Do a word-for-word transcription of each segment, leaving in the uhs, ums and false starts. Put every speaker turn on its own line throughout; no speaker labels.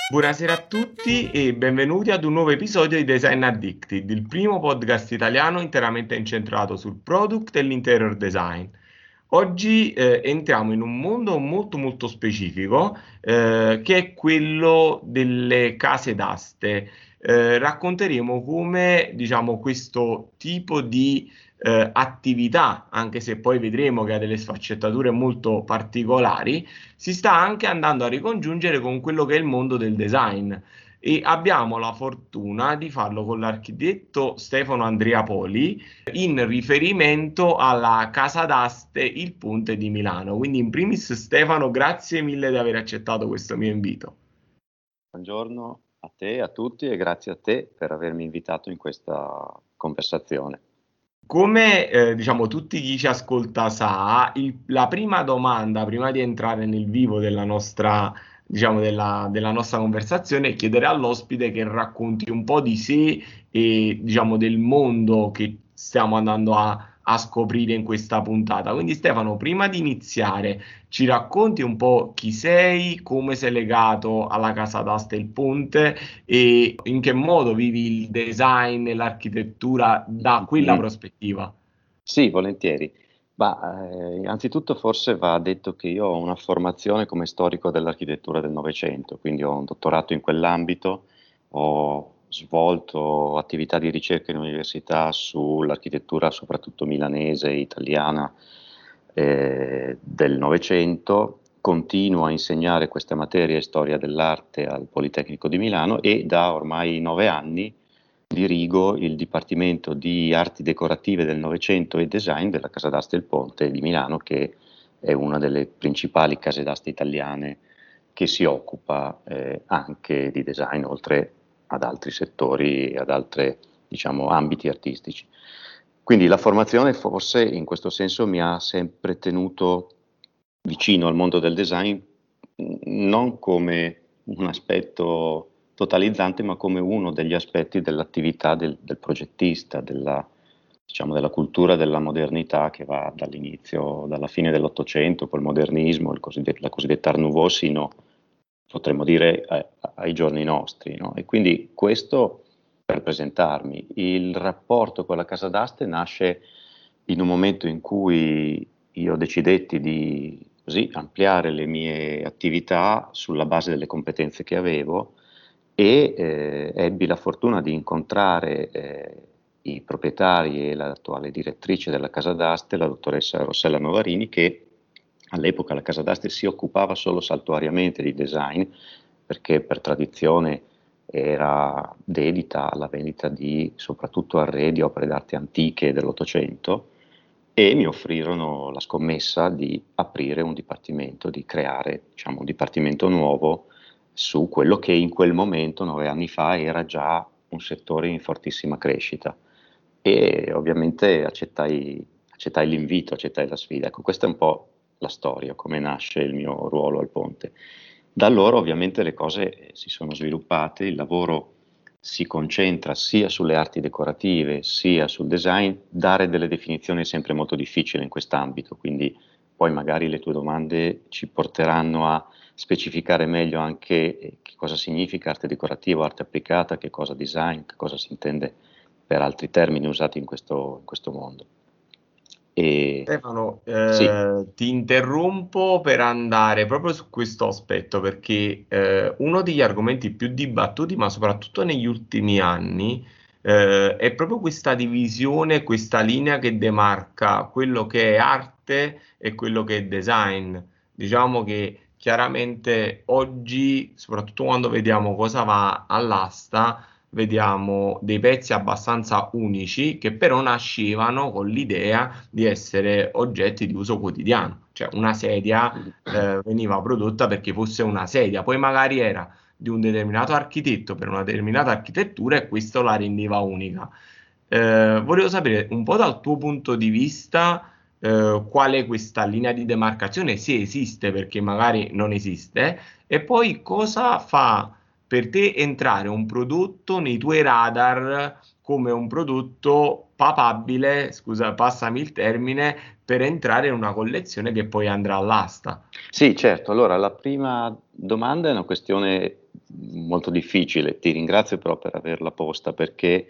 Buonasera a tutti e benvenuti ad un nuovo episodio di Design Addicted, il primo podcast italiano interamente incentrato sul product e l'interior design. Oggi eh, entriamo in un mondo molto molto specifico eh, che è quello delle case d'aste. Eh, racconteremo come, diciamo, questo tipo di eh, attività, anche se poi vedremo che ha delle sfaccettature molto particolari, si sta anche andando a ricongiungere con quello che è il mondo del design. E abbiamo la fortuna di farlo con l'architetto Stefano Andrea Poli in riferimento alla casa d'aste Il Ponte di Milano. Quindi, in primis, Stefano, grazie mille di aver accettato questo mio invito.
Buongiorno a te, a tutti e grazie a te per avermi invitato in questa conversazione.
Come eh, diciamo tutti chi ci ascolta sa, il- la prima domanda prima di entrare nel vivo della nostra, diciamo, della, della nostra conversazione è chiedere all'ospite che racconti un po' di sé e diciamo del mondo che stiamo andando a, a scoprire in questa puntata. Quindi Stefano, prima di iniziare, ci racconti un po' chi sei, come sei legato alla casa d'asta Il Ponte e in che modo vivi il design e l'architettura da quella
Mm.
prospettiva?
Sì, volentieri. Ma eh, innanzitutto forse va detto che io ho una formazione come storico dell'architettura del Novecento, quindi ho un dottorato in quell'ambito, ho svolto attività di ricerca in università sull'architettura soprattutto milanese e italiana eh, del Novecento, continuo a insegnare queste materie e storia dell'arte al Politecnico di Milano e da ormai nove anni dirigo il Dipartimento di Arti Decorative del Novecento e Design della Casa d'Aste Il Ponte di Milano, che è una delle principali case d'aste italiane che si occupa eh, anche di design, oltre ad altri settori e ad altri, diciamo, ambiti artistici. Quindi la formazione forse in questo senso mi ha sempre tenuto vicino al mondo del design, non come un aspetto totalizzante, ma come uno degli aspetti dell'attività del, del progettista, della, diciamo, della cultura della modernità che va dall'inizio, dalla fine dell'Ottocento, col modernismo, il cosiddetto, la cosiddetta Art Nouveau, sino, potremmo dire, ai, ai giorni nostri. No? E quindi questo per presentarmi. Il rapporto con la casa d'aste nasce in un momento in cui io decidetti di così, ampliare le mie attività sulla base delle competenze che avevo e eh, ebbi la fortuna di incontrare eh, i proprietari e l'attuale direttrice della casa d'aste, la dottoressa Rossella Novarini, che all'epoca la casa d'aste si occupava solo saltuariamente di design, perché per tradizione era dedita alla vendita di soprattutto arredi, opere d'arte antiche dell'Ottocento, e mi offrirono la scommessa di aprire un dipartimento, di creare, diciamo, un dipartimento nuovo su quello che in quel momento, nove anni fa, era già un settore in fortissima crescita. E ovviamente accettai, accettai l'invito, accettai la sfida. Ecco, questa è un po' la storia, come nasce il mio ruolo al Ponte. Da allora ovviamente le cose si sono sviluppate, il lavoro si concentra sia sulle arti decorative sia sul design. Dare delle definizioni è sempre molto difficile in quest'ambito, quindi poi magari le tue domande ci porteranno a specificare meglio anche eh, che cosa significa arte decorativa, arte applicata, che cosa design, che cosa si intende per altri termini usati in questo, in questo mondo. E
Stefano,
sì.
eh, ti interrompo per andare proprio su questo aspetto perché eh, uno degli argomenti più dibattuti, ma soprattutto negli ultimi anni, eh, è proprio questa divisione, questa linea che demarca quello che è arte e quello che è design. Diciamo che chiaramente oggi, soprattutto quando vediamo cosa va all'asta, vediamo dei pezzi abbastanza unici che però nascevano con l'idea di essere oggetti di uso quotidiano, cioè una sedia eh, veniva prodotta perché fosse una sedia, poi magari era di un determinato architetto per una determinata architettura e questo la rendeva unica. Eh, volevo sapere un po' dal tuo punto di vista eh, qual è questa linea di demarcazione, se esiste perché magari non esiste, e poi cosa fa per te entrare un prodotto nei tuoi radar come un prodotto papabile, scusa, passami il termine, per entrare in una collezione che poi andrà all'asta.
Sì, certo. Allora, la prima domanda è una questione molto difficile. Ti ringrazio però per averla posta, perché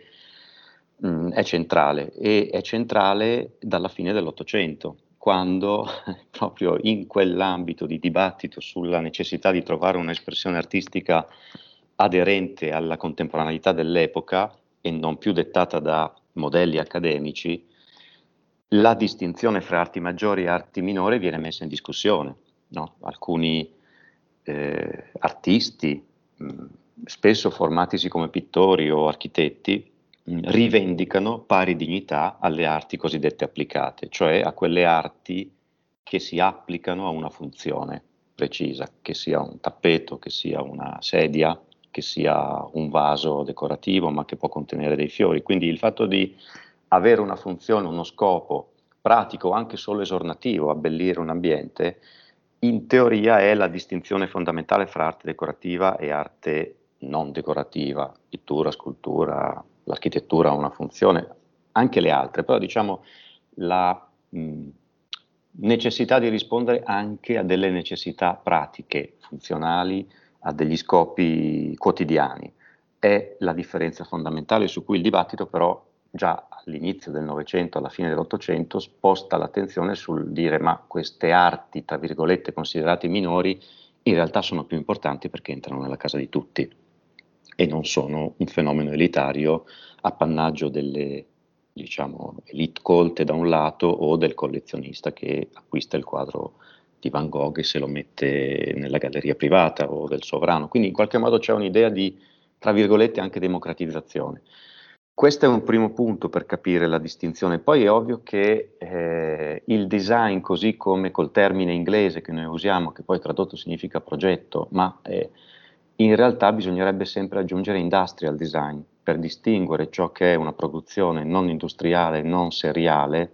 mh, è centrale, e è centrale dalla fine dell'Ottocento, quando proprio in quell'ambito di dibattito sulla necessità di trovare un'espressione artistica aderente alla contemporaneità dell'epoca e non più dettata da modelli accademici, la distinzione fra arti maggiori e arti minori viene messa in discussione, no? Alcuni eh, artisti, mh, spesso formatisi come pittori o architetti, mh, rivendicano pari dignità alle arti cosiddette applicate, cioè a quelle arti che si applicano a una funzione precisa, che sia un tappeto, che sia una sedia, che sia un vaso decorativo, ma che può contenere dei fiori. Quindi il fatto di avere una funzione, uno scopo pratico, anche solo esornativo, abbellire un ambiente, in teoria è la distinzione fondamentale fra arte decorativa e arte non decorativa. Pittura, scultura, l'architettura ha una funzione, anche le altre, però diciamo la mh, necessità di rispondere anche a delle necessità pratiche, funzionali, a degli scopi quotidiani. È la differenza fondamentale su cui il dibattito però già all'inizio del Novecento, alla fine dell'Ottocento, sposta l'attenzione sul dire ma queste arti, tra virgolette, considerate minori, in realtà sono più importanti perché entrano nella casa di tutti e non sono un fenomeno elitario appannaggio delle, diciamo, elite colte da un lato o del collezionista che acquista il quadro di Van Gogh e se lo mette nella galleria privata, o del sovrano. Quindi in qualche modo c'è un'idea di, tra virgolette, anche democratizzazione. Questo è un primo punto per capire la distinzione. Poi è ovvio che eh, il design, così come col termine inglese che noi usiamo, che poi tradotto significa progetto, ma eh, in realtà bisognerebbe sempre aggiungere industrial design per distinguere ciò che è una produzione non industriale, non seriale,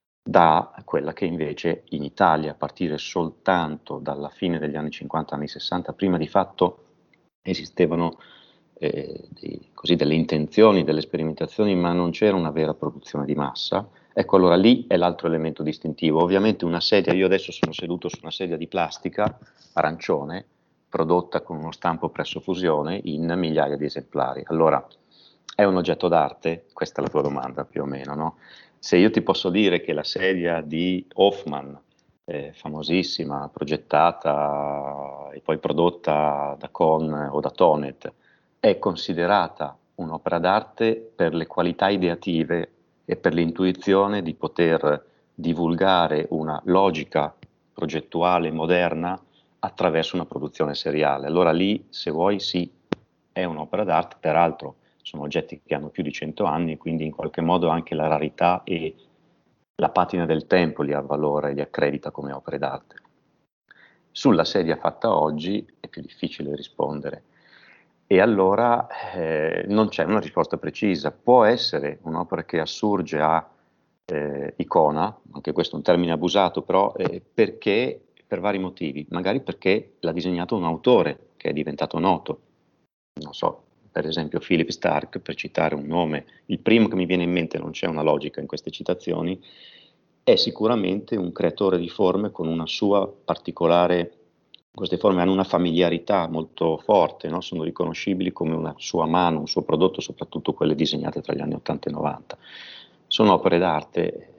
da quella che invece in Italia, a partire soltanto dalla fine degli anni cinquanta, anni sessanta, prima di fatto esistevano eh, dei, così, delle intenzioni, delle sperimentazioni, ma non c'era una vera produzione di massa. Ecco, allora lì è l'altro elemento distintivo. Ovviamente una sedia, io adesso sono seduto su una sedia di plastica arancione, prodotta con uno stampo presso fusione in migliaia di esemplari. Allora, è un oggetto d'arte? Questa è la tua domanda più o meno, no? Se io ti posso dire che la sedia di Hoffman, eh, famosissima, progettata e poi prodotta da Kohn o da Tonet, è considerata un'opera d'arte per le qualità ideative e per l'intuizione di poter divulgare una logica progettuale moderna attraverso una produzione seriale. Allora lì, se vuoi, sì, è un'opera d'arte, peraltro sono oggetti che hanno più di cento anni, quindi in qualche modo anche la rarità e la patina del tempo li avvalora e li accredita come opere d'arte. Sulla sedia fatta oggi è più difficile rispondere e allora eh, non c'è una risposta precisa. Può essere un'opera che assurge a eh, icona, anche questo è un termine abusato, però eh, perché per vari motivi, magari perché l'ha disegnato un autore che è diventato noto, non so, per esempio Philip Stark, per citare un nome, il primo che mi viene in mente, non c'è una logica in queste citazioni, è sicuramente un creatore di forme con una sua particolare, queste forme hanno una familiarità molto forte, no? Sono riconoscibili come una sua mano, un suo prodotto, soprattutto quelle disegnate tra gli anni ottanta e novanta. Sono opere d'arte,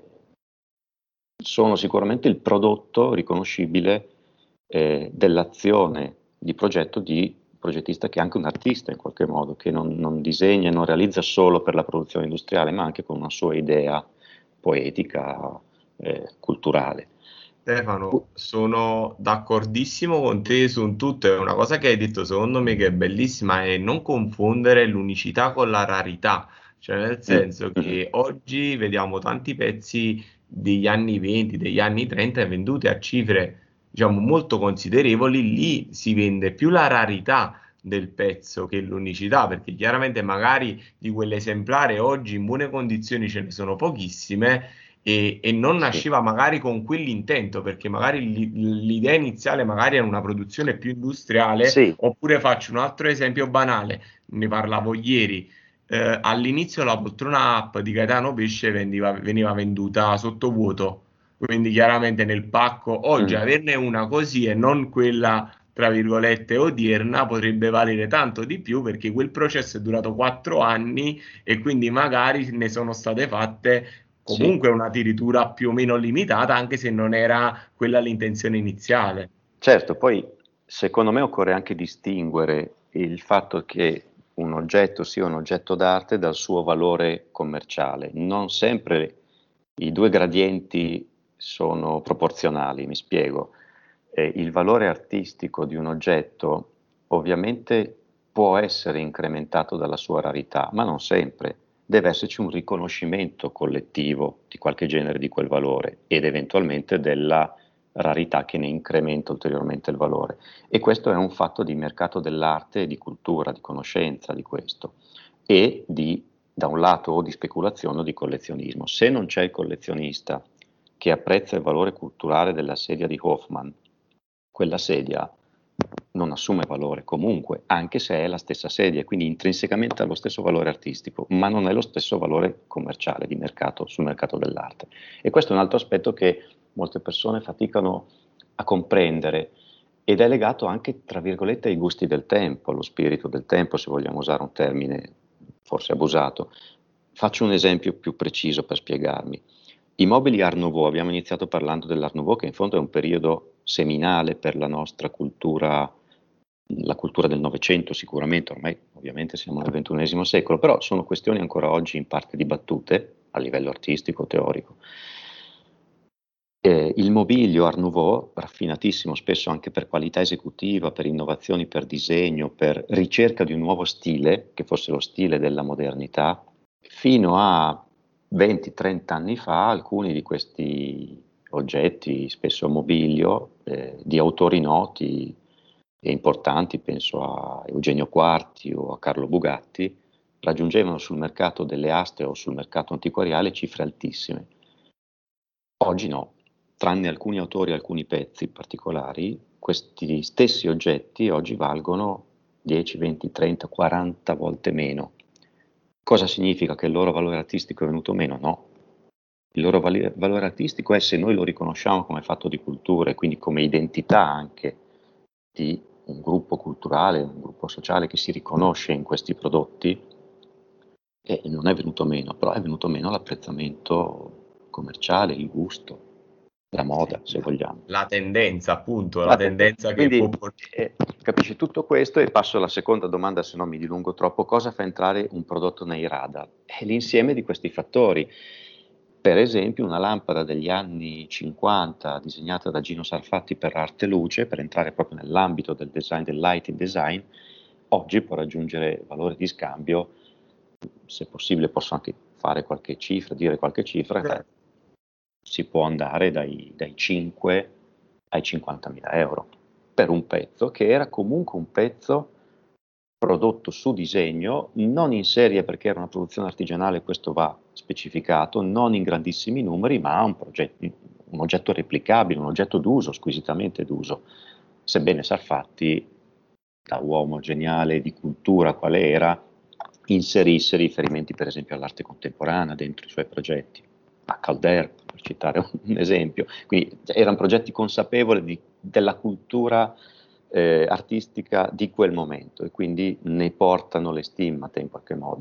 sono sicuramente il prodotto riconoscibile eh, dell'azione di progetto di progettista che è anche un artista in qualche modo, che non, non disegna e non realizza solo per la produzione industriale, ma anche con una sua idea poetica, eh, culturale.
Stefano, sono d'accordissimo con te su un tutto. È una cosa che hai detto, secondo me, che è bellissima, è non confondere l'unicità con la rarità. Cioè, nel
Mm,
senso
mm,
che oggi vediamo tanti pezzi degli anni venti, degli anni trenta venduti a cifre, diciamo, molto considerevoli. Lì si vende più la rarità del pezzo che l'unicità, perché chiaramente magari di quell'esemplare oggi in buone condizioni ce ne sono pochissime e, e non
sì,
nasceva magari con quell'intento, perché magari l'i- l'idea iniziale magari era una produzione più industriale,
sì,
oppure faccio un altro esempio banale, ne parlavo ieri. Eh, all'inizio la poltrona app di Gaetano Pesce veniva, veniva venduta sottovuoto, quindi chiaramente nel pacco oggi
mm,
averne una così e non quella tra virgolette, odierna potrebbe valere tanto di più perché quel processo è durato quattro anni e quindi magari ne sono state fatte
Sì.
comunque una tiritura più o meno limitata, anche se non era quella l'intenzione iniziale.
Certo, poi secondo me occorre anche distinguere il fatto che un oggetto sia un oggetto d'arte dal suo valore commerciale. Non sempre i due gradienti sono proporzionali, mi spiego. Eh, il valore artistico di un oggetto ovviamente può essere incrementato dalla sua rarità, ma non sempre. Deve esserci un riconoscimento collettivo di qualche genere di quel valore ed eventualmente della rarità che ne incrementa ulteriormente il valore. E questo è un fatto di mercato dell'arte e di cultura, di conoscenza di questo e di, da un lato, o di speculazione o di collezionismo. Se non c'è il collezionista che apprezza il valore culturale della sedia di Hoffman, quella sedia non assume valore comunque, anche se è la stessa sedia, quindi intrinsecamente ha lo stesso valore artistico, ma non è lo stesso valore commerciale di mercato sul mercato dell'arte. E questo è un altro aspetto che molte persone faticano a comprendere ed è legato anche, tra virgolette, ai gusti del tempo, allo spirito del tempo, se vogliamo usare un termine forse abusato. Faccio un esempio più preciso per spiegarmi. I mobili Art Nouveau, abbiamo iniziato parlando dell'Art Nouveau, che in fondo è un periodo seminale per la nostra cultura, la cultura del Novecento sicuramente, ormai ovviamente siamo nel ventunesimo secolo, però sono questioni ancora oggi in parte dibattute a livello artistico, teorico. Eh, il mobilio Art Nouveau, raffinatissimo spesso anche per qualità esecutiva, per innovazioni, per disegno, per ricerca di un nuovo stile, che fosse lo stile della modernità, fino a venti trenta anni fa alcuni di questi oggetti, spesso mobilio, eh, di autori noti e importanti, penso a Eugenio Quarti o a Carlo Bugatti, raggiungevano sul mercato delle aste o sul mercato antiquariale cifre altissime. Oggi no, tranne alcuni autori e alcuni pezzi particolari, questi stessi oggetti oggi valgono dieci, venti, trenta, quaranta volte meno. Cosa significa che il loro valore artistico è venuto meno? No. Il loro vali- valore artistico è se noi lo riconosciamo come fatto di cultura e quindi come identità anche di un gruppo culturale, un gruppo sociale che si riconosce in questi prodotti, e non è venuto meno, però è venuto meno l'apprezzamento commerciale, il gusto, la
Sì,
moda, se vogliamo.
la tendenza, appunto, la
La te-
tendenza che può
Quindi
portare.
eh, capisci tutto questo e passo alla seconda domanda, se no mi dilungo troppo. Cosa fa entrare un prodotto nei radar? È l'insieme di questi fattori. Per esempio una lampada degli anni cinquanta disegnata da Gino Sarfatti per Arte Luce, per entrare proprio nell'ambito del design, del lighting design, oggi può raggiungere valore di scambio, se possibile posso anche fare qualche cifra, dire qualche cifra, beh, si può andare dai, dai cinque ai cinquantamila euro per un pezzo che era comunque un pezzo prodotto su disegno, non in serie perché era una produzione artigianale, questo va specificato, non in grandissimi numeri, ma un, progetto, un oggetto replicabile, un oggetto d'uso, squisitamente d'uso. Sebbene Sarfatti, da uomo geniale di cultura quale era, inserisse riferimenti per esempio all'arte contemporanea dentro i suoi progetti, a Calder, per citare un esempio. Quindi erano progetti consapevoli di, della cultura eh, artistica di quel momento e quindi ne portano le stimmate in qualche modo.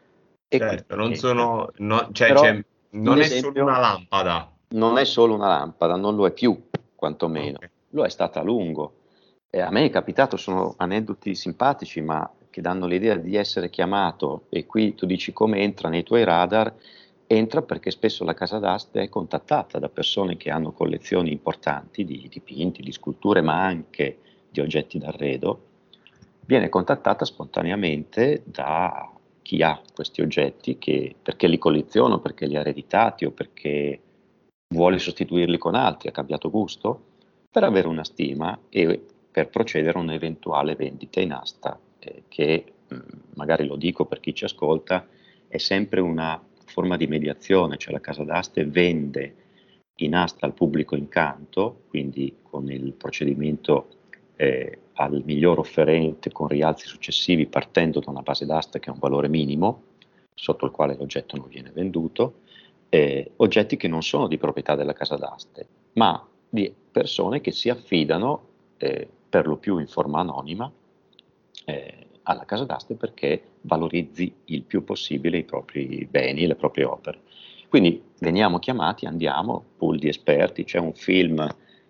E
Certo,
quindi
non
niente.
sono, no- cioè,
Però
cioè, non è solo una
l'esempio
lampada.
non è solo una lampada, non lo è più, quantomeno,
Ok.
lo è stata a lungo. E a me è capitato, sono aneddoti simpatici, ma che danno l'idea di essere chiamato, e qui tu dici come entra nei tuoi radar, entra perché spesso la casa d'aste è contattata da persone che hanno collezioni importanti di dipinti, di sculture, ma anche di oggetti d'arredo, viene contattata spontaneamente da chi ha questi oggetti, che, perché li colleziona, perché li ha ereditati o perché vuole sostituirli con altri, ha cambiato gusto, per avere una stima e per procedere a un'eventuale vendita in asta, eh, che mh, magari lo dico per chi ci ascolta, è sempre una forma di mediazione, cioè la casa d'aste vende in asta al pubblico incanto, quindi con il procedimento eh, al miglior offerente con rialzi successivi partendo da una base d'asta che ha un valore minimo, sotto il quale l'oggetto non viene venduto, eh, oggetti che non sono di proprietà della casa d'aste, ma di persone che si affidano eh, per lo più in forma anonima, eh, alla casa d'aste perché valorizzi il più possibile i propri beni e le proprie opere. Quindi veniamo chiamati, andiamo, pool di esperti, c'è un film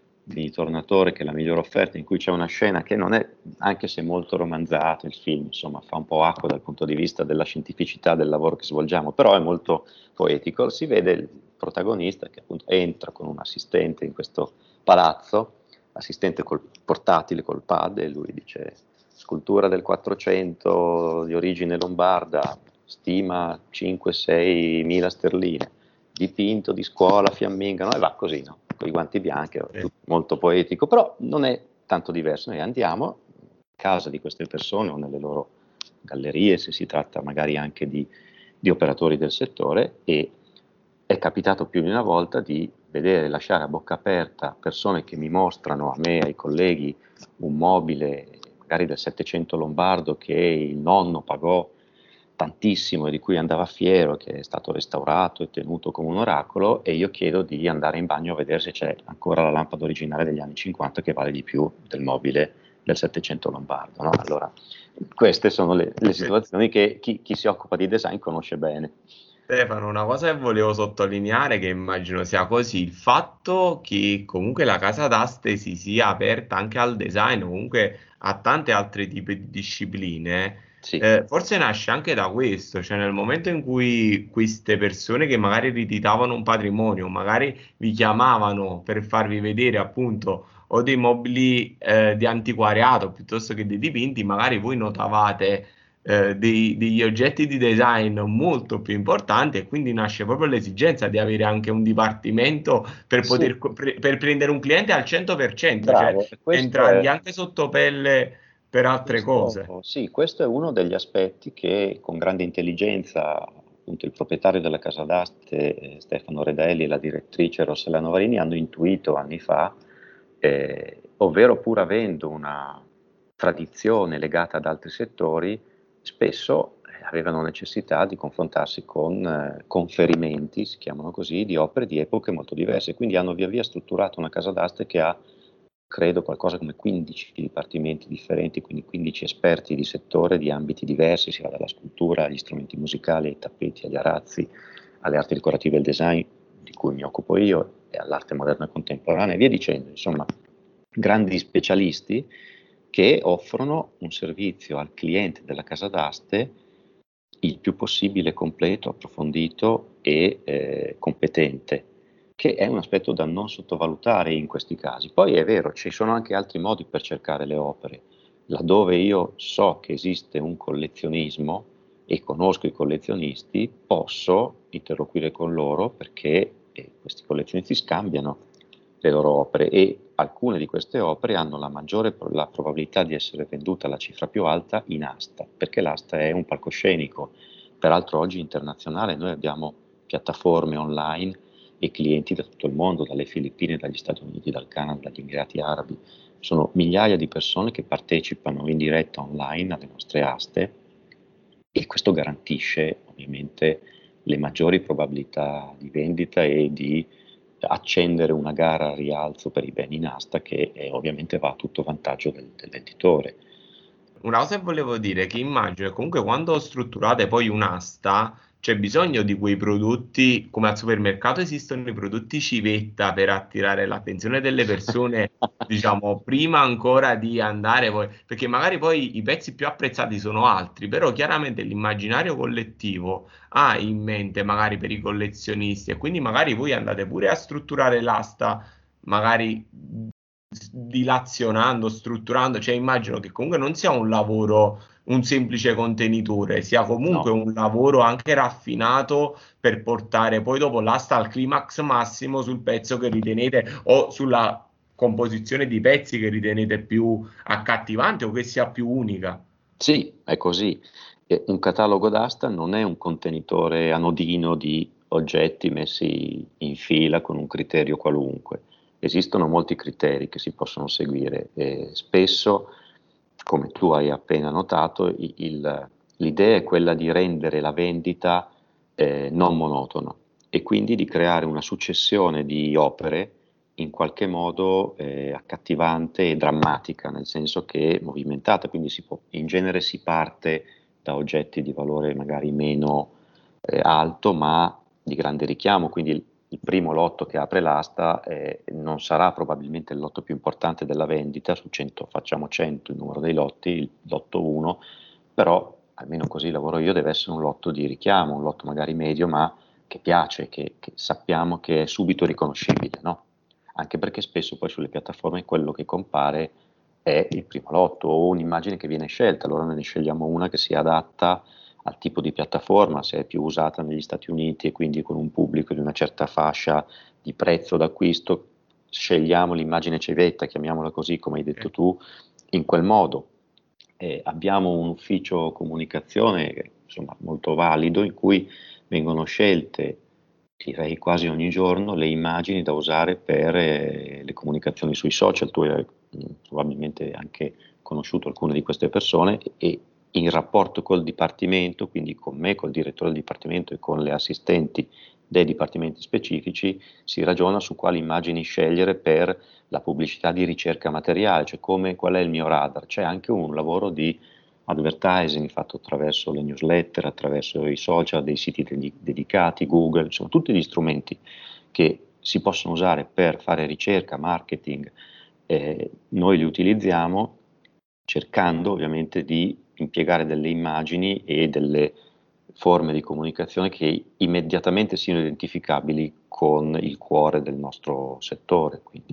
di Tornatore che è La migliore offerta, in cui c'è una scena che non è, anche se molto romanzato il film, insomma fa un po' acqua dal punto di vista della scientificità del lavoro che svolgiamo, però è molto poetico. Si vede il protagonista che appunto entra con un assistente in questo palazzo, assistente col portatile, col pad, e lui dice: scultura del quattrocento di origine lombarda, stima cinque sei mila sterline, dipinto di scuola fiamminga, no? E va così, no? Con i guanti bianchi,
Sì.
molto poetico, però non è tanto diverso. Noi andiamo in casa di queste persone o nelle loro gallerie, se si tratta magari anche di, di operatori del settore, e è capitato più di una volta di vedere, lasciare a bocca aperta persone che mi mostrano, a me e ai colleghi, un mobile magari del Settecento lombardo che il nonno pagò tantissimo e di cui andava fiero, che è stato restaurato e tenuto come un oracolo, e io chiedo di andare in bagno a vedere se c'è ancora la lampada originale degli anni cinquanta che vale di più del mobile del Settecento lombardo, no? Allora, queste sono le, le situazioni che chi, chi si occupa di design conosce bene.
Stefano, una cosa che volevo sottolineare, che immagino sia così, il fatto che comunque la casa d'aste si sia aperta anche al design, o comunque a tante altre tipi di discipline,
Sì,
eh, forse nasce anche da questo, cioè nel momento in cui queste persone che magari ereditavano un patrimonio, magari vi chiamavano per farvi vedere appunto o dei mobili eh, di antiquariato piuttosto che dei dipinti, magari voi notavate eh, dei- degli oggetti di design molto più importanti, e quindi nasce proprio l'esigenza di avere anche un dipartimento per
sì,
poter co- pre- per prendere un cliente al cento per cento, cioè
bravo. E questo
entrargli
è,
anche sotto pelle per altre cose.
questo, sì, questo è uno degli aspetti che con grande intelligenza, appunto, il proprietario della casa d'aste, eh, Stefano Redelli, e la direttrice Rossella Novarini hanno intuito anni fa, eh, ovvero pur avendo una tradizione legata ad altri settori, spesso eh, avevano necessità di confrontarsi con eh, conferimenti, si chiamano così, di opere di epoche molto diverse. Quindi hanno via via strutturato una casa d'aste che ha, credo, qualcosa come quindici dipartimenti differenti, quindi quindici esperti di settore, di ambiti diversi, si va dalla scultura agli strumenti musicali, ai tappeti, agli arazzi, alle arti decorative e al design, di cui mi occupo io, e all'arte moderna contemporanea, e via dicendo. Insomma, grandi specialisti che offrono un servizio al cliente della casa d'aste il più possibile completo, approfondito e eh, competente, che è un aspetto da non sottovalutare in questi casi. Poi è vero, ci sono anche altri modi per cercare le opere. Laddove io so che esiste un collezionismo e conosco i collezionisti, posso interloquire con loro perché eh, questi collezionisti scambiano le loro opere, e alcune di queste opere hanno la maggiore pro- la probabilità di essere vendute alla cifra più alta in asta, perché l'asta è un palcoscenico, peraltro oggi internazionale. Noi abbiamo piattaforme online e clienti da tutto il mondo, dalle Filippine, dagli Stati Uniti, dal Canada, dagli Emirati Arabi. Sono migliaia di persone che partecipano in diretta online alle nostre aste, e questo garantisce ovviamente le maggiori probabilità di vendita e di accendere una gara a rialzo per i beni in asta, che eh, ovviamente va a tutto vantaggio del, del venditore.
Una cosa che volevo dire è che immagino che comunque quando strutturate poi un'asta c'è bisogno di quei prodotti, come al supermercato esistono i prodotti civetta per attirare l'attenzione delle persone, diciamo, prima ancora di andare poi, perché magari poi i pezzi più apprezzati sono altri, però chiaramente l'immaginario collettivo ha in mente magari per i collezionisti, e quindi magari voi andate pure a strutturare l'asta, magari dilazionando, strutturando, cioè immagino che comunque non sia un lavoro, un semplice contenitore, sia comunque
No,
un lavoro anche raffinato per portare poi dopo l'asta al climax massimo sul pezzo che ritenete, o sulla composizione di pezzi che ritenete più accattivante o che sia più unica.
sì, è così. E un catalogo d'asta non è un contenitore anodino di oggetti messi in fila con un criterio qualunque. Esistono molti criteri che si possono seguire, e spesso, come tu hai appena notato, i- il- l'idea è quella di rendere la vendita eh, non monotona, e quindi di creare una successione di opere in qualche modo eh, accattivante e drammatica, nel senso che è movimentata, quindi si può, in genere si parte da oggetti di valore magari meno eh, alto, ma di grande richiamo, quindi il, il primo lotto che apre l'asta eh, non sarà probabilmente il lotto più importante della vendita, su cento facciamo cento il numero dei lotti, il lotto uno, però almeno così lavoro io, deve essere un lotto di richiamo, un lotto magari medio, ma che piace, che, che sappiamo che è subito riconoscibile, no? Anche perché spesso poi sulle piattaforme quello che compare è il primo lotto o un'immagine che viene scelta, allora noi ne scegliamo una che si adatta al tipo di piattaforma, se è più usata negli Stati Uniti e quindi con un pubblico di una certa fascia di prezzo d'acquisto, scegliamo l'immagine civetta, chiamiamola così, come hai detto tu, in quel modo. Eh, abbiamo un ufficio comunicazione insomma molto valido in cui vengono scelte, direi quasi ogni giorno, le immagini da usare per eh, le comunicazioni sui social. Tu hai mh, probabilmente anche conosciuto alcune di queste persone e in rapporto col dipartimento, quindi con me, col direttore del dipartimento e con le assistenti dei dipartimenti specifici, si ragiona su quali immagini scegliere per la pubblicità di ricerca materiale, cioè come, qual è il mio radar. C'è anche un lavoro di advertising fatto attraverso le newsletter, attraverso i social, dei siti de- dedicati, Google, insomma tutti gli strumenti che si possono usare per fare ricerca, marketing, eh, noi li utilizziamo cercando ovviamente di impiegare delle immagini e delle forme di comunicazione che immediatamente siano identificabili con il cuore del nostro settore. Quindi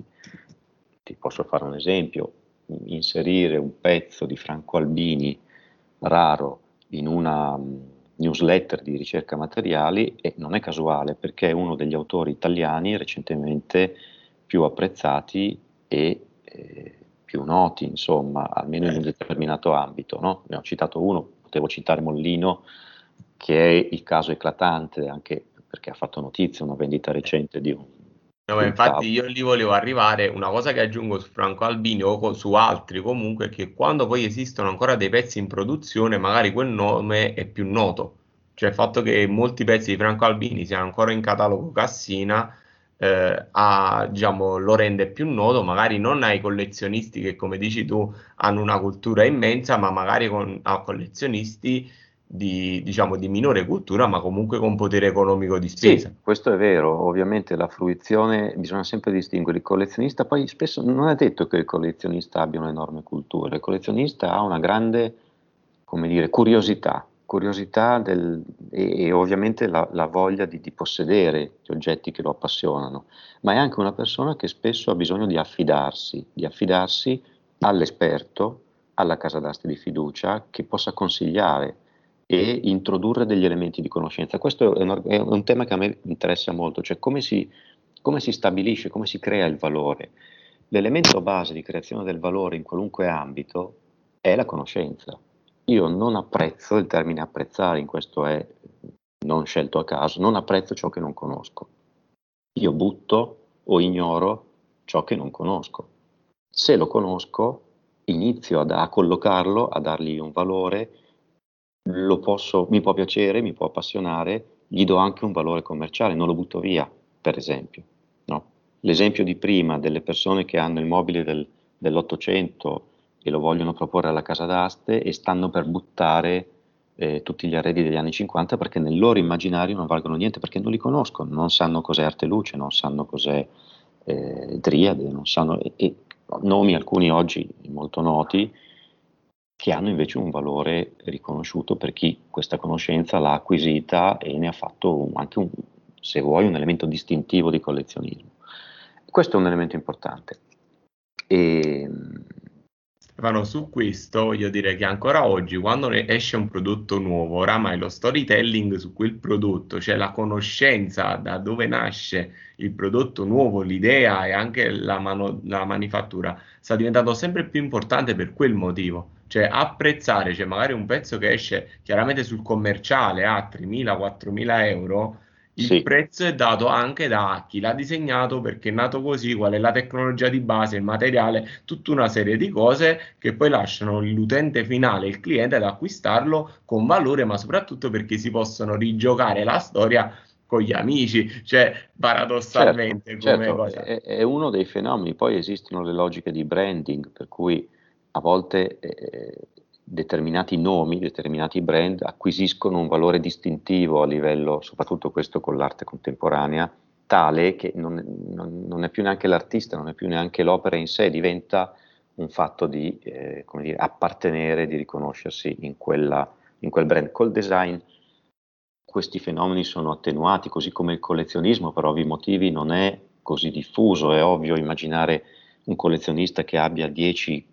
ti posso fare un esempio: inserire un pezzo di Franco Albini raro in una um, newsletter di ricerca materiali e non è casuale, perché è uno degli autori italiani recentemente più apprezzati e eh, più noti, insomma, almeno in un determinato ambito, no? Ne ho citato uno, potevo citare Mollino, che è il caso eclatante, anche perché ha fatto notizia, una vendita recente di un,
No,
di
ma
un
infatti
tavolo.
io lì volevo arrivare, una cosa che aggiungo su Franco Albini o co- su altri comunque, è che quando poi esistono ancora dei pezzi in produzione, magari quel nome è più noto. Cioè il fatto che molti pezzi di Franco Albini siano ancora in catalogo Cassina, eh, ha- diciamo, lo rende più noto, magari non ai collezionisti che, come dici tu, hanno una cultura immensa, ma magari con, a collezionisti di, diciamo, di minore cultura, ma comunque con potere economico di spesa.
Sì, questo è vero, ovviamente la fruizione, bisogna sempre distinguere il collezionista, poi spesso non è detto che il collezionista abbia un'enorme cultura, il collezionista ha una grande, come dire, curiosità, curiosità del- e, e ovviamente la, la voglia di, di possedere gli oggetti che lo appassionano, ma è anche una persona che spesso ha bisogno di affidarsi, di affidarsi all'esperto, alla casa d'asti di fiducia, che possa consigliare e introdurre degli elementi di conoscenza. Questo è un, è un tema che a me interessa molto, cioè come si, come si stabilisce, come si crea il valore. L'elemento base di creazione del valore in qualunque ambito è la conoscenza. Io non apprezzo, il termine apprezzare in questo è non scelto a caso, non apprezzo ciò che non conosco. Io butto o ignoro ciò che non conosco. Se lo conosco, inizio a, a collocarlo, a dargli un valore, lo posso, mi può piacere, mi può appassionare, gli do anche un valore commerciale, non lo butto via, per esempio. No? L'esempio di prima delle persone che hanno il mobile del, dell'Ottocento e lo vogliono proporre alla casa d'aste e stanno per buttare eh, tutti gli arredi degli anni cinquanta perché nel loro immaginario non valgono niente, perché non li conoscono, non sanno cos'è arte luce, non sanno cos'è eh, Driade, non sanno, e, e nomi alcuni oggi molto noti che hanno invece un valore riconosciuto per chi questa conoscenza l'ha acquisita e ne ha fatto un- anche un, se vuoi, un elemento distintivo di collezionismo. Questo è un elemento importante. E,
Stefano, su questo voglio dire che ancora oggi, quando ne- esce un prodotto nuovo, oramai lo storytelling su quel prodotto, cioè la conoscenza da dove nasce il prodotto nuovo, l'idea e anche la, mano- la manifattura, sta diventando sempre più importante per quel motivo. Cioè apprezzare, cioè magari un pezzo che esce chiaramente sul commerciale a tremila-quattromila euro, il
sì,
prezzo è dato anche da chi l'ha disegnato, perché è nato così, qual è la tecnologia di base, il materiale, tutta una serie di cose che poi lasciano l'utente finale, il cliente, ad acquistarlo con valore, ma soprattutto perché si possono rigiocare la storia con gli amici, cioè
Certo,
paradossalmente come
certo,
cosa.
è, è uno dei fenomeni. Poi esistono le logiche di branding, per cui a volte eh, determinati nomi, determinati brand acquisiscono un valore distintivo a livello, soprattutto questo con l'arte contemporanea, tale che non, non- non è più neanche l'artista, non è più neanche l'opera in sé, diventa un fatto di eh, come dire, appartenere, di riconoscersi in quella, in quel brand. Col design questi fenomeni sono attenuati, così come il collezionismo per ovvi motivi non è così diffuso. È ovvio immaginare un collezionista che abbia dieci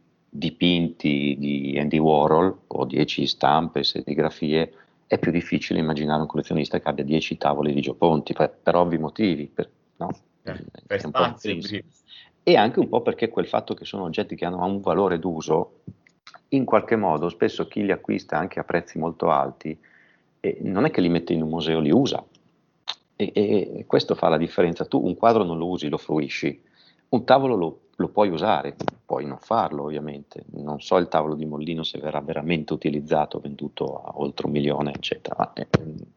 dipinti di Andy Warhol o dieci stampe, serigrafie. È più difficile immaginare un collezionista che abbia dieci tavoli di Gio Ponti, per, per ovvi motivi, per, no?
Eh, per
È un po'
spazio,
intrinseci.
Bri.
E anche un po' perché quel fatto che sono oggetti che hanno un valore d'uso, in qualche modo spesso chi li acquista anche a prezzi molto alti, eh, non è che li mette in un museo, li usa. E, e questo fa la differenza. Tu un quadro non lo usi, lo fruisci. Un tavolo lo, lo puoi usare, puoi non farlo ovviamente. Non so il tavolo di Mollino se verrà veramente utilizzato, venduto a oltre un milione, eccetera. Ma, eh,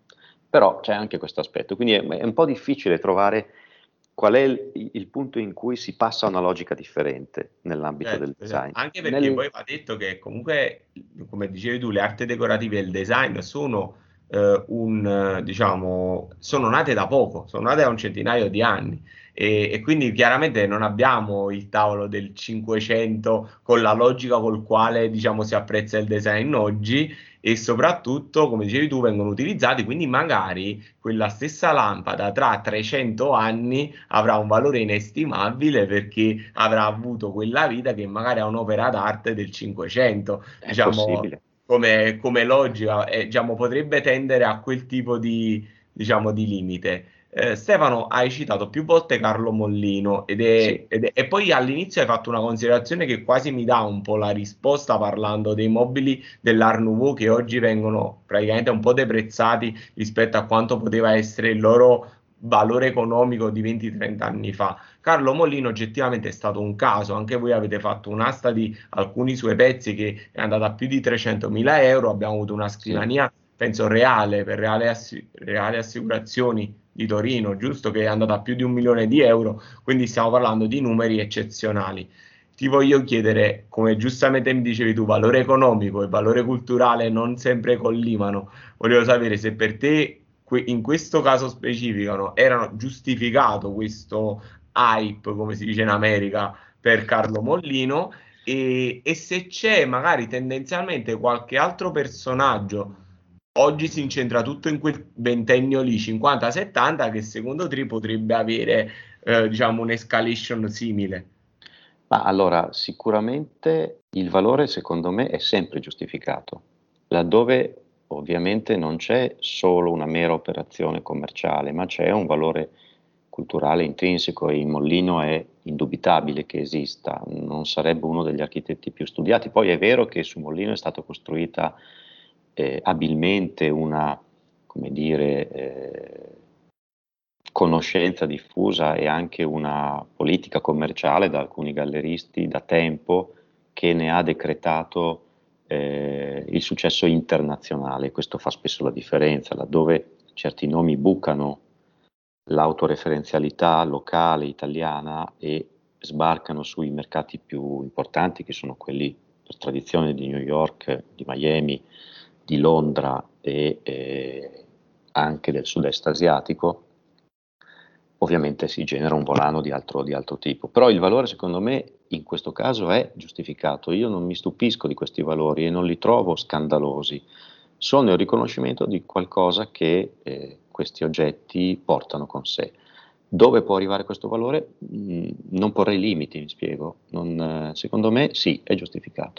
però c'è anche questo aspetto. Quindi è, è un po' difficile trovare qual è il, il punto in cui si passa a una logica differente nell'ambito del
Certo, certo.
design.
Anche perché
Nel,
poi va detto che comunque, come dicevi tu, le arti decorative e il design sono eh, un, eh, diciamo, sono nate da poco, sono nate da un centinaio di anni e, e quindi chiaramente non abbiamo il tavolo del cinquecento con la logica col quale, diciamo, si apprezza il design oggi e soprattutto, come dicevi tu, vengono utilizzati, quindi magari quella stessa lampada tra trecento anni avrà un valore inestimabile perché avrà avuto quella vita che magari ha un'opera d'arte del cinquecento,
è
diciamo,
possibile.
come, come logica, e, diciamo, potrebbe tendere a quel tipo di, diciamo, di limite. Eh, Stefano, hai citato più volte Carlo Mollino ed è,
Sì,
ed è- e poi all'inizio hai fatto una considerazione che quasi mi dà un po' la risposta parlando dei mobili dell'Art Nouveau che oggi vengono praticamente un po' deprezzati rispetto a quanto poteva essere il loro valore economico di venti trenta anni fa. Carlo Molino oggettivamente è stato un caso, anche voi avete fatto un'asta di alcuni suoi pezzi che è andata a più di trecentomila euro, abbiamo avuto una
sì.
scrivania, penso reale, per Reale, Assi- Reale Assicurazioni di Torino, giusto, che è andata a più di un milione di euro, quindi stiamo parlando di numeri eccezionali. Ti voglio chiedere, come giustamente mi dicevi tu, valore economico e valore culturale non sempre collimano. Volevo sapere se per te que- in questo caso specifico no, erano giustificato questo hype, come si dice in America, per Carlo Mollino e, e se c'è magari tendenzialmente qualche altro personaggio, oggi si incentra tutto in quel ventennio lì, cinquanta settanta, che secondo te potrebbe avere, eh, diciamo, un'escalation simile.
Ma allora, sicuramente il valore secondo me è sempre giustificato, laddove ovviamente non c'è solo una mera operazione commerciale, ma c'è un valore culturale intrinseco e in Mollino è indubitabile che esista, non sarebbe uno degli architetti più studiati. Poi è vero che su Mollino è stata costruita eh, abilmente una, come dire, eh, conoscenza diffusa e anche una politica commerciale da alcuni galleristi da tempo che ne ha decretato eh, il successo internazionale. Questo fa spesso la differenza, laddove certi nomi bucano l'autoreferenzialità locale italiana e sbarcano sui mercati più importanti, che sono quelli per tradizione di New York, di Miami, di Londra e eh, anche del sud-est asiatico. Ovviamente si genera un volano di altro, di altro tipo, però il valore secondo me in questo caso è giustificato. Io non mi stupisco di questi valori e non li trovo scandalosi, sono il riconoscimento di qualcosa che eh, questi oggetti portano con sé. Dove può arrivare questo valore? Mm, non porrei limiti, mi spiego. Non, eh, secondo me sì, è giustificato.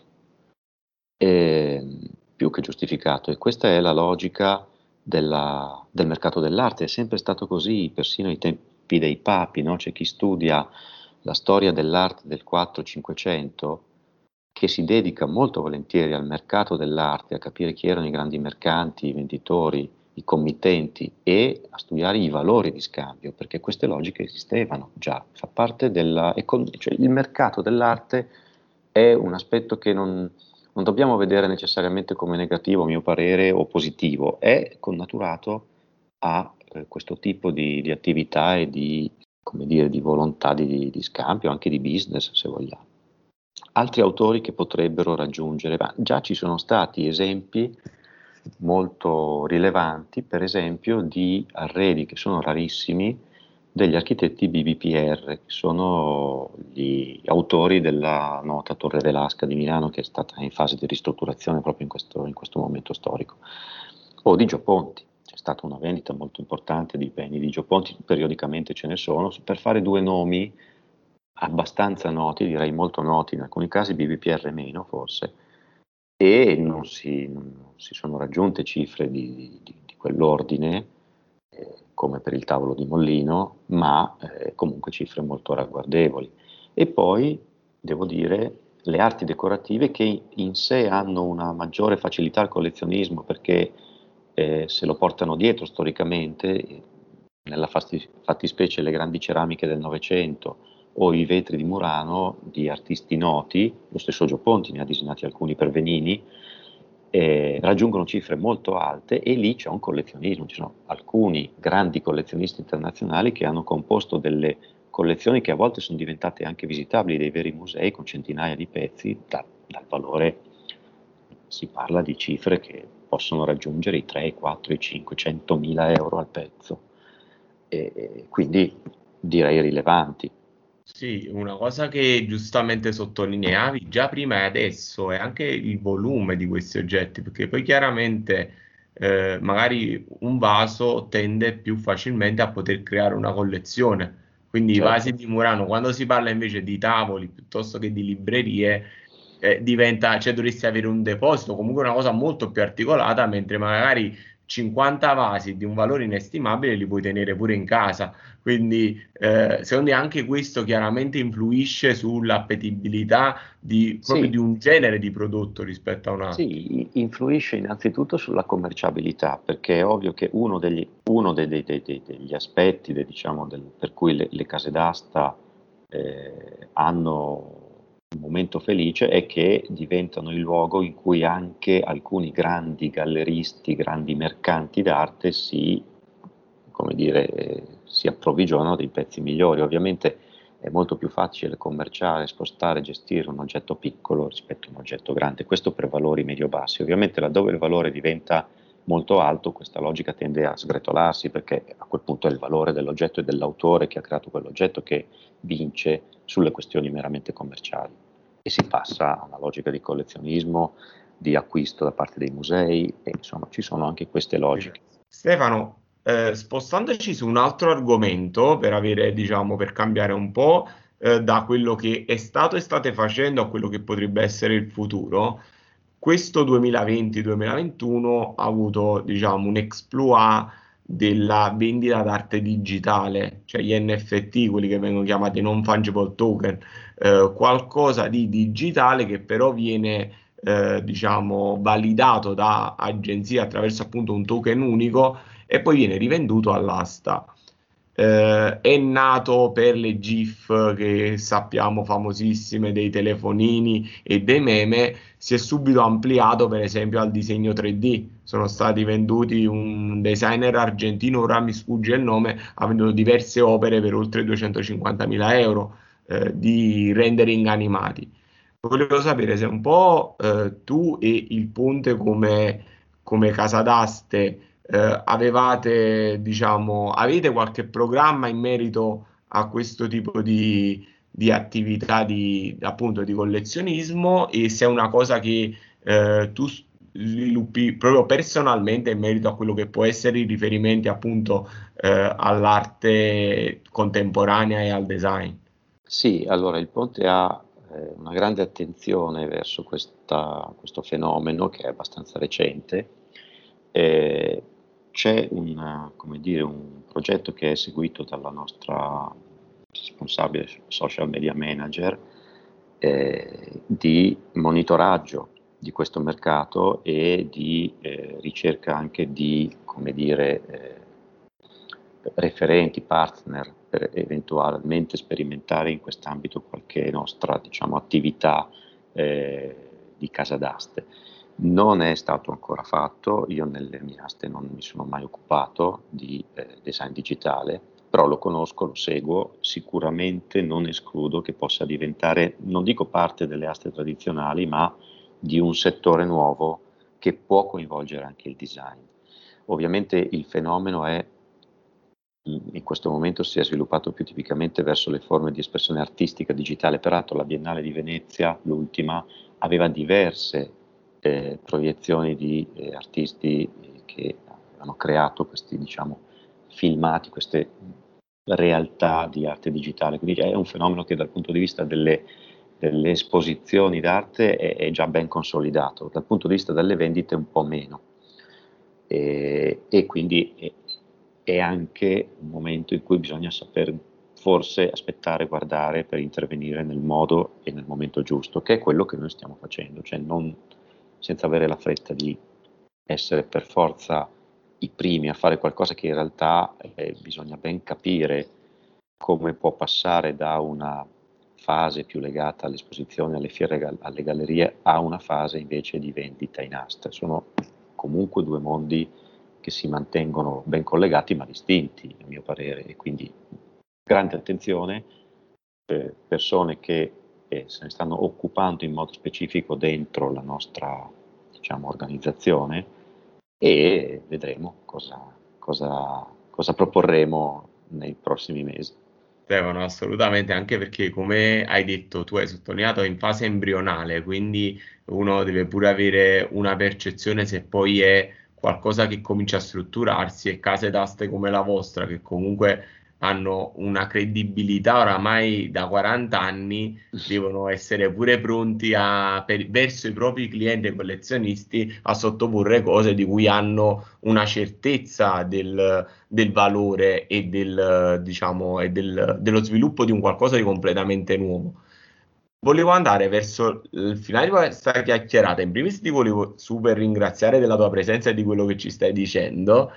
E, più che giustificato, e questa è la logica della- del mercato dell'arte, è sempre stato così, persino ai tempi dei papi, no? C'è chi studia la storia dell'arte del quattrocento-cinquecento che si dedica molto volentieri al mercato dell'arte, a capire chi erano i grandi mercanti, i venditori, i committenti e a studiare i valori di scambio, perché queste logiche esistevano già, fa parte della, econ- cioè il mercato dell'arte è un aspetto che non, non dobbiamo vedere necessariamente come negativo, a mio parere, o positivo, è connaturato a eh, questo tipo di, di attività e di, come dire, di volontà di, di scambio, anche di business se vogliamo. Altri autori che potrebbero raggiungere, ma già ci sono stati esempi molto rilevanti, per esempio di arredi che sono rarissimi degli architetti B B P R, che sono gli autori della nota Torre Velasca di Milano, che è stata in fase di ristrutturazione proprio in questo, in questo momento storico, o di Gio Ponti. C'è stata una vendita molto importante di beni di Gio Ponti, periodicamente ce ne sono, per fare due nomi abbastanza noti, direi molto noti, in alcuni casi B B P R meno forse, e non si, non si sono raggiunte cifre di, di, di quell'ordine, eh, come per il tavolo di Mollino, ma eh, comunque cifre molto ragguardevoli. E poi, devo dire, le arti decorative che in sé hanno una maggiore facilità al collezionismo, perché eh, se lo portano dietro storicamente, nella fasti- fattispecie le grandi ceramiche del Novecento, o i vetri di Murano di artisti noti, lo stesso Gio Ponti ne ha disegnati alcuni per Venini, eh, raggiungono cifre molto alte e lì c'è un collezionismo, ci sono alcuni grandi collezionisti internazionali che hanno composto delle collezioni che a volte sono diventate anche visitabili, dei veri musei con centinaia di pezzi, da, dal valore, si parla di cifre che possono raggiungere i tre, i quattro, i cinquecento mila euro al pezzo, e, e quindi direi rilevanti.
Sì, una cosa che giustamente sottolineavi già prima e adesso è anche il volume di questi oggetti, perché poi chiaramente eh, magari un vaso tende più facilmente a poter creare una collezione. Quindi i vasi
Certo.
di Murano, quando si parla invece di tavoli piuttosto che di librerie, eh, diventa, cioè dovresti avere un deposito, comunque una cosa molto più articolata, mentre magari cinquanta vasi di un valore inestimabile li puoi tenere pure in casa. Quindi, eh, secondo me anche questo chiaramente influisce sull'appetibilità di, proprio di
Sì,
un genere di prodotto rispetto a un altro.
sì, i- influisce innanzitutto sulla commerciabilità, perché è ovvio che uno degli, uno dei- dei- dei- dei- degli aspetti, de- diciamo, del- per cui le, le case d'asta eh, hanno un momento felice è che diventano il luogo in cui anche alcuni grandi galleristi, grandi mercanti d'arte si, come dire, eh, si approvvigionano dei pezzi migliori. Ovviamente è molto più facile commerciare, spostare, gestire un oggetto piccolo rispetto a un oggetto grande, questo per valori medio-bassi. Ovviamente laddove il valore diventa molto alto, questa logica tende a sgretolarsi, perché a quel punto è il valore dell'oggetto e dell'autore che ha creato quell'oggetto che vince sulle questioni meramente commerciali, e si passa a una logica di collezionismo, di acquisto da parte dei musei, e insomma ci sono anche queste logiche.
Stefano, eh, spostandoci su un altro argomento per avere, diciamo, per cambiare un po', eh, da quello che è stato e state facendo a quello che potrebbe essere il futuro, questo duemilaventi-duemilaventuno ha avuto, diciamo, un exploit della vendita d'arte digitale, cioè gli N F T, quelli che vengono chiamati non fungible token, eh, qualcosa di digitale che però viene eh, diciamo, validato da agenzie attraverso appunto un token unico e poi viene rivenduto all'asta. Eh, è nato per le GIF che sappiamo famosissime dei telefonini e dei meme, si è subito ampliato per esempio al disegno tre D. Sono stati venduti un designer argentino, ora mi sfugge il nome, ha venduto diverse opere per oltre duecentocinquantamila euro eh, di rendering animati. Volevo sapere se un po' eh, tu e il Ponte come, come casa d'aste eh, avevate, diciamo, avete qualche programma in merito a questo tipo di, di attività di, appunto, di collezionismo e se è una cosa che eh, tu sviluppi proprio personalmente in merito a quello che può essere i riferimenti appunto eh, all'arte contemporanea e al design.
Sì, allora il Ponte ha eh, una grande attenzione verso questa- questo fenomeno che è abbastanza recente. Eh, C'è un, come dire, un progetto che è seguito dalla nostra responsabile social media manager, eh, di monitoraggio di questo mercato e di eh, ricerca anche di, come dire, eh, referenti, partner, per eventualmente sperimentare in quest'ambito qualche nostra, diciamo, attività eh, di casa d'aste. Non è stato ancora fatto, io nelle mie aste non mi sono mai occupato di eh, design digitale, però lo conosco, lo seguo, sicuramente non escludo che possa diventare, non dico parte delle aste tradizionali, ma di un settore nuovo che può coinvolgere anche il design. Ovviamente il fenomeno è, in questo momento si è sviluppato più tipicamente verso le forme di espressione artistica digitale, peraltro la Biennale di Venezia, l'ultima, aveva diverse eh, proiezioni di eh, artisti eh, che hanno creato questi, diciamo, filmati, queste realtà di arte digitale, quindi è un fenomeno che dal punto di vista delle, delle esposizioni d'arte è, è già ben consolidato, dal punto di vista delle vendite un po' meno. E, e quindi è, è anche un momento in cui bisogna saper forse aspettare, guardare per intervenire nel modo e nel momento giusto, che è quello che noi stiamo facendo, cioè non senza avere la fretta di essere per forza i primi a fare qualcosa che in realtà eh, bisogna ben capire come può passare da una fase più legata all'esposizione, alle fiere, alle gallerie, a una fase invece di vendita in asta. Sono comunque due mondi che si mantengono ben collegati ma distinti, a mio parere, e quindi grande attenzione, eh, persone che eh, se ne stanno occupando in modo specifico dentro la nostra, diciamo, organizzazione, e vedremo cosa, cosa, cosa proporremo nei prossimi mesi.
Stefano, assolutamente, anche perché come hai detto, tu hai sottolineato in fase embrionale, quindi uno deve pure avere una percezione se poi è qualcosa che comincia a strutturarsi e case d'aste come la vostra, che comunque hanno una credibilità oramai da quaranta anni, devono essere pure pronti a, per- verso i propri clienti e collezionisti a sottoporre cose di cui hanno una certezza del del valore e del, diciamo, e del- dello sviluppo di un qualcosa di completamente nuovo. Volevo andare verso il finale di questa chiacchierata. In primis ti volevo super ringraziare della tua presenza e di quello che ci stai dicendo.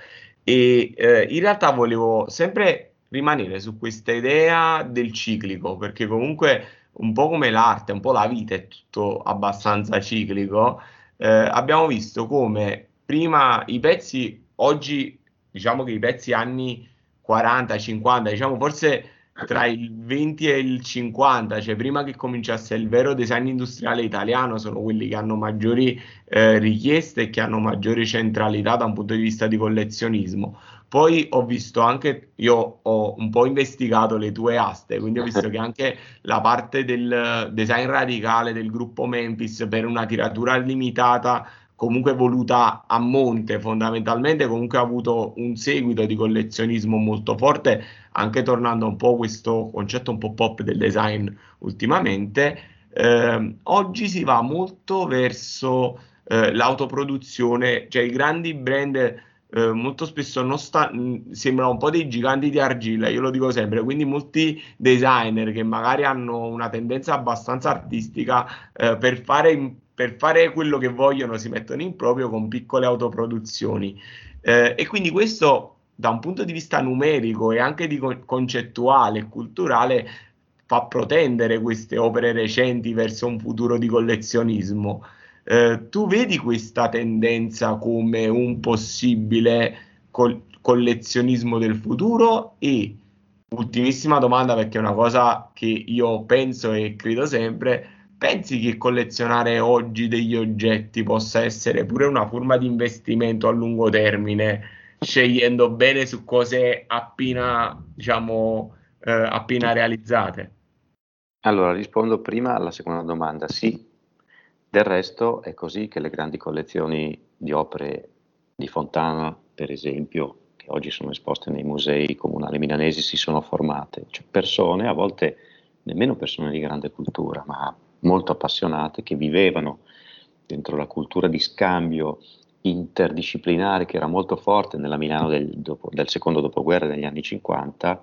E eh, in realtà volevo sempre rimanere su questa idea del ciclico, perché comunque un po' come l'arte, un po' la vita è tutto abbastanza ciclico. Eh, abbiamo visto come prima i pezzi, oggi diciamo che i pezzi anni quaranta, cinquanta, diciamo forse tra il venti e il cinquanta, cioè prima che cominciasse il vero design industriale italiano, sono quelli che hanno maggiori eh, richieste e che hanno maggiore centralità da un punto di vista di collezionismo. Poi ho visto anche, io ho un po' investigato le tue aste, quindi ho visto che anche la parte del design radicale del gruppo Memphis per una tiratura limitata, comunque voluta a monte fondamentalmente, comunque ha avuto un seguito di collezionismo molto forte, anche tornando un po' a questo concetto un po' pop del design ultimamente. Eh, oggi si va molto verso eh, l'autoproduzione, cioè i grandi brand eh, molto spesso non sta, mh, sembrano un po' dei giganti di argilla, io lo dico sempre, quindi molti designer che magari hanno una tendenza abbastanza artistica eh, per fare, per fare quello che vogliono si mettono in proprio con piccole autoproduzioni. Eh, e quindi questo da un punto di vista numerico e anche di con- concettuale e culturale fa protendere queste opere recenti verso un futuro di collezionismo. Eh, tu vedi questa tendenza come un possibile col- collezionismo del futuro? E ultimissima domanda, perché è una cosa che io penso e credo sempre, pensi che collezionare oggi degli oggetti possa essere pure una forma di investimento a lungo termine, scegliendo bene su cose appena, diciamo, eh, appena realizzate?
Allora, rispondo prima alla seconda domanda. Sì, del resto è così che le grandi collezioni di opere di Fontana, per esempio, che oggi sono esposte nei musei comunali milanesi, si sono formate. Cioè persone, a volte nemmeno persone di grande cultura, ma molto appassionate, che vivevano dentro la cultura di scambio interdisciplinare che era molto forte nella Milano del, dopo- del secondo dopoguerra degli anni cinquanta,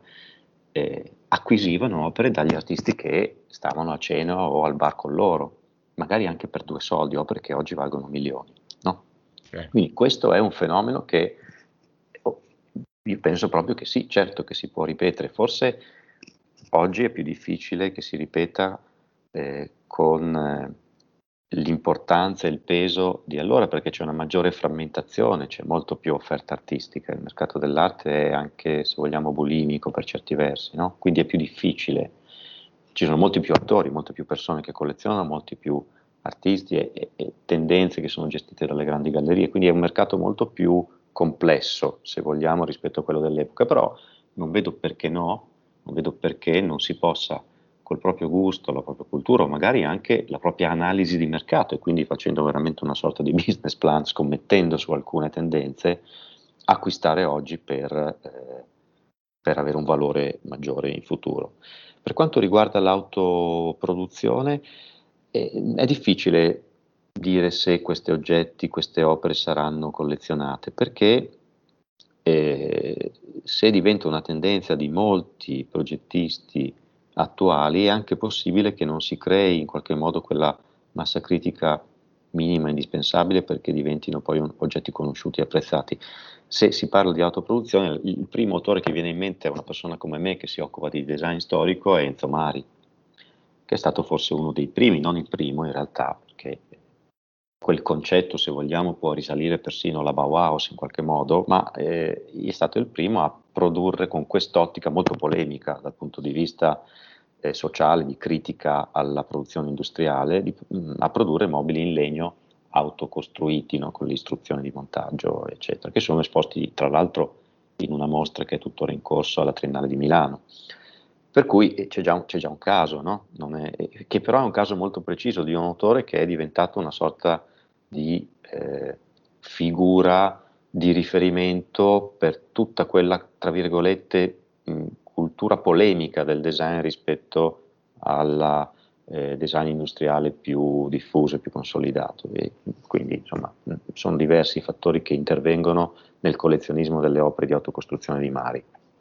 eh, acquisivano opere dagli artisti che stavano a cena o al bar con loro, magari anche per due soldi, opere che oggi valgono milioni, no?
Cioè,
Quindi questo è un fenomeno che oh, io penso proprio che sì, certo che si può ripetere, forse oggi è più difficile che si ripeta eh, con, eh, l'importanza e il peso di allora, perché c'è una maggiore frammentazione, c'è molto più offerta artistica, il mercato dell'arte è anche, se vogliamo, bulimico per certi versi, no? Quindi è più difficile, ci sono molti più attori, molte più persone che collezionano, molti più artisti e, e- e tendenze che sono gestite dalle grandi gallerie, quindi è un mercato molto più complesso, se vogliamo, rispetto a quello dell'epoca, però non vedo perché no, non vedo perché non si possa col proprio gusto, la propria cultura, o magari anche la propria analisi di mercato e quindi facendo veramente una sorta di business plan, scommettendo su alcune tendenze, acquistare oggi per, eh, per avere un valore maggiore in futuro. Per quanto riguarda l'autoproduzione, eh, è difficile dire se questi oggetti, queste opere saranno collezionate, perché eh, se diventa una tendenza di molti progettisti attuali, è anche possibile che non si crei in qualche modo quella massa critica minima indispensabile perché diventino poi un- oggetti conosciuti e apprezzati. Se si parla di autoproduzione, il primo autore che viene in mente è una persona come me che si occupa di design storico, è Enzo Mari, che è stato forse uno dei primi, non il primo in realtà, perché quel concetto, se vogliamo, può risalire persino alla Bauhaus in qualche modo, ma eh, è stato il primo a produrre con quest'ottica molto polemica dal punto di vista eh, sociale, di critica alla produzione industriale, di- mh, a produrre mobili in legno autocostruiti, no, con le istruzioni di montaggio, eccetera, che sono esposti tra l'altro in una mostra che è tuttora in corso alla Triennale di Milano. Per cui eh, c'è già un, c'è già un caso, no? Non è- eh, che però è un caso molto preciso di un autore che è diventato una sorta di eh, figura di riferimento per tutta quella, tra virgolette, mh, cultura polemica del design rispetto al eh, design industriale più diffuso e più consolidato. E quindi, insomma, mh, sono diversi i fattori che intervengono nel collezionismo delle opere di autocostruzione di Mari.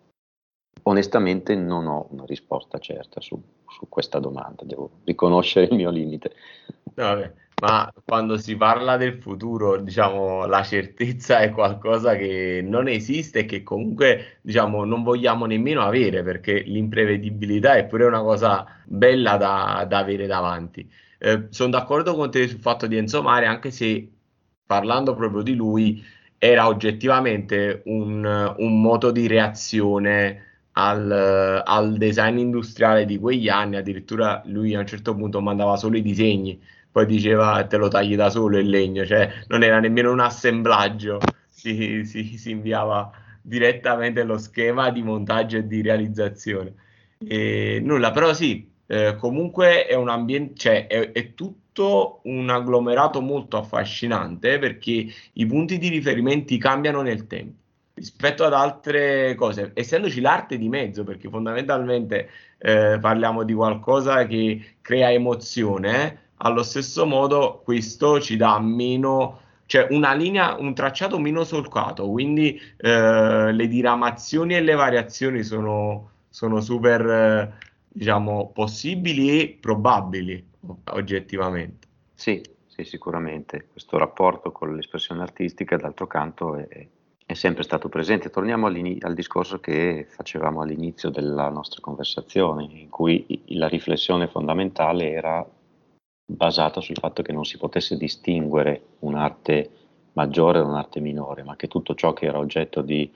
Onestamente non ho una risposta certa su, su questa domanda, devo riconoscere il mio limite.
No, vabbè, ma quando si parla del futuro, diciamo, la certezza è qualcosa che non esiste e che comunque, diciamo, non vogliamo nemmeno avere perché l'imprevedibilità è pure una cosa bella da, da avere davanti. Eh, sono d'accordo con te sul fatto di Enzo Mare, anche se parlando proprio di lui, era oggettivamente un, un moto di reazione al, al design industriale di quegli anni. Addirittura lui a un certo punto mandava solo i disegni poi diceva te lo tagli da solo il legno, cioè non era nemmeno un assemblaggio, si, si- si inviava direttamente lo schema di montaggio e di realizzazione. E nulla, però sì, eh, comunque è un ambiente, cioè è, è tutto un agglomerato molto affascinante perché i punti di riferimento cambiano nel tempo. Rispetto ad altre cose, essendoci l'arte di mezzo, perché fondamentalmente eh, parliamo di qualcosa che crea emozione, eh, allo stesso modo questo ci dà meno, cioè una linea, un tracciato meno solcato, quindi eh, le diramazioni e le variazioni sono, sono super, eh, diciamo, possibili e probabili, oggettivamente.
Sì, sì, sicuramente. Questo rapporto con l'espressione artistica, d'altro canto, è, è sempre stato presente. Torniamo all'ini- al discorso che facevamo all'inizio della nostra conversazione, in cui i- la riflessione fondamentale era basata sul fatto che non si potesse distinguere un'arte maggiore da un'arte minore, ma che tutto ciò che era oggetto di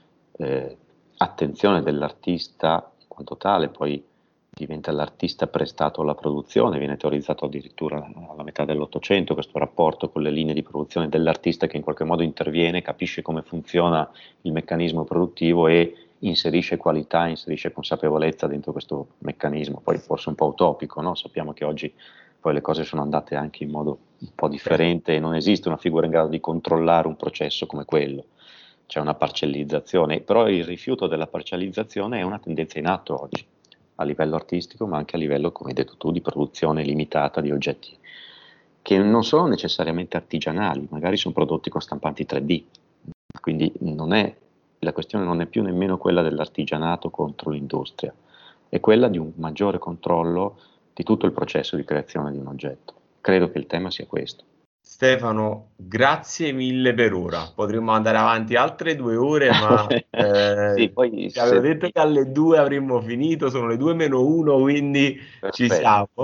eh, attenzione dell'artista in quanto tale, poi diventa l'artista prestato alla produzione, viene teorizzato addirittura alla metà dell'Ottocento questo rapporto con le linee di produzione dell'artista che in qualche modo interviene, capisce come funziona il meccanismo produttivo e inserisce qualità, inserisce consapevolezza dentro questo meccanismo, poi forse un po' utopico, no? Sappiamo che oggi poi le cose sono andate anche in modo un po' differente e non esiste una figura in grado di controllare un processo come quello, c'è una parcellizzazione, però il rifiuto della parcellizzazione è una tendenza in atto oggi, a livello artistico, ma anche a livello, come hai detto tu, di produzione limitata di oggetti che non sono necessariamente artigianali, magari sono prodotti con stampanti tre D, quindi non è, la questione non è più nemmeno quella dell'artigianato contro l'industria, è quella di un maggiore controllo di tutto il processo di creazione di un oggetto. Credo che il tema sia questo.
Stefano, grazie mille per ora. Potremmo andare avanti altre due ore, ma
Sì,
eh,
poi
ti avevo
se
detto
ti...
che alle due avremmo finito, sono le due meno uno, quindi ci
Perfetto.
siamo.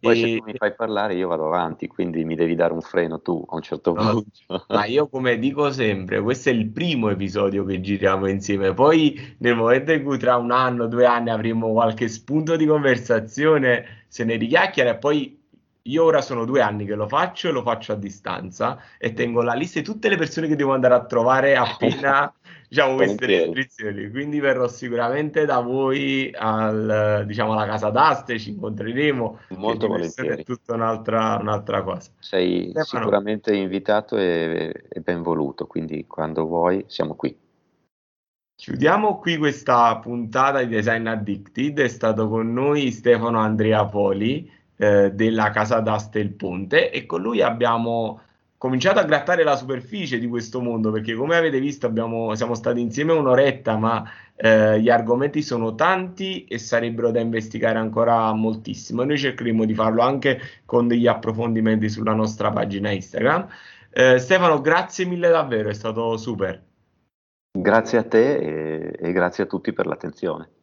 Poi se
E,
tu mi fai parlare io vado avanti, quindi mi devi dare un freno tu a un certo
no,
punto.
ma io come dico sempre, questo è il primo episodio che giriamo insieme, poi nel momento in cui tra un anno, due anni avremo qualche spunto di conversazione, se ne richiacchiera e poi io ora sono due anni che lo faccio e lo faccio a distanza e tengo la lista di tutte le persone che devo andare a trovare appena, diciamo, queste
Volentieri,
restrizioni, quindi verrò sicuramente da voi al, diciamo, alla casa d'aste, ci incontreremo, che
molto
di persone è
volentieri.
tutta un'altra un'altra cosa.
Sei
Stefano.
sicuramente invitato e, e benvoluto, quindi quando vuoi siamo qui.
Chiudiamo qui questa puntata di Design Addicted. È stato con noi Stefano Andrea Poli eh, della Casa d'Aste Il Ponte e con lui abbiamo cominciato a grattare la superficie di questo mondo perché come avete visto abbiamo- siamo stati insieme un'oretta ma eh, gli argomenti sono tanti e sarebbero da investigare ancora moltissimo e noi cercheremo di farlo anche con degli approfondimenti sulla nostra pagina Instagram. Eh, Stefano, grazie mille davvero, è stato super.
Grazie a te e, e grazie a tutti per l'attenzione.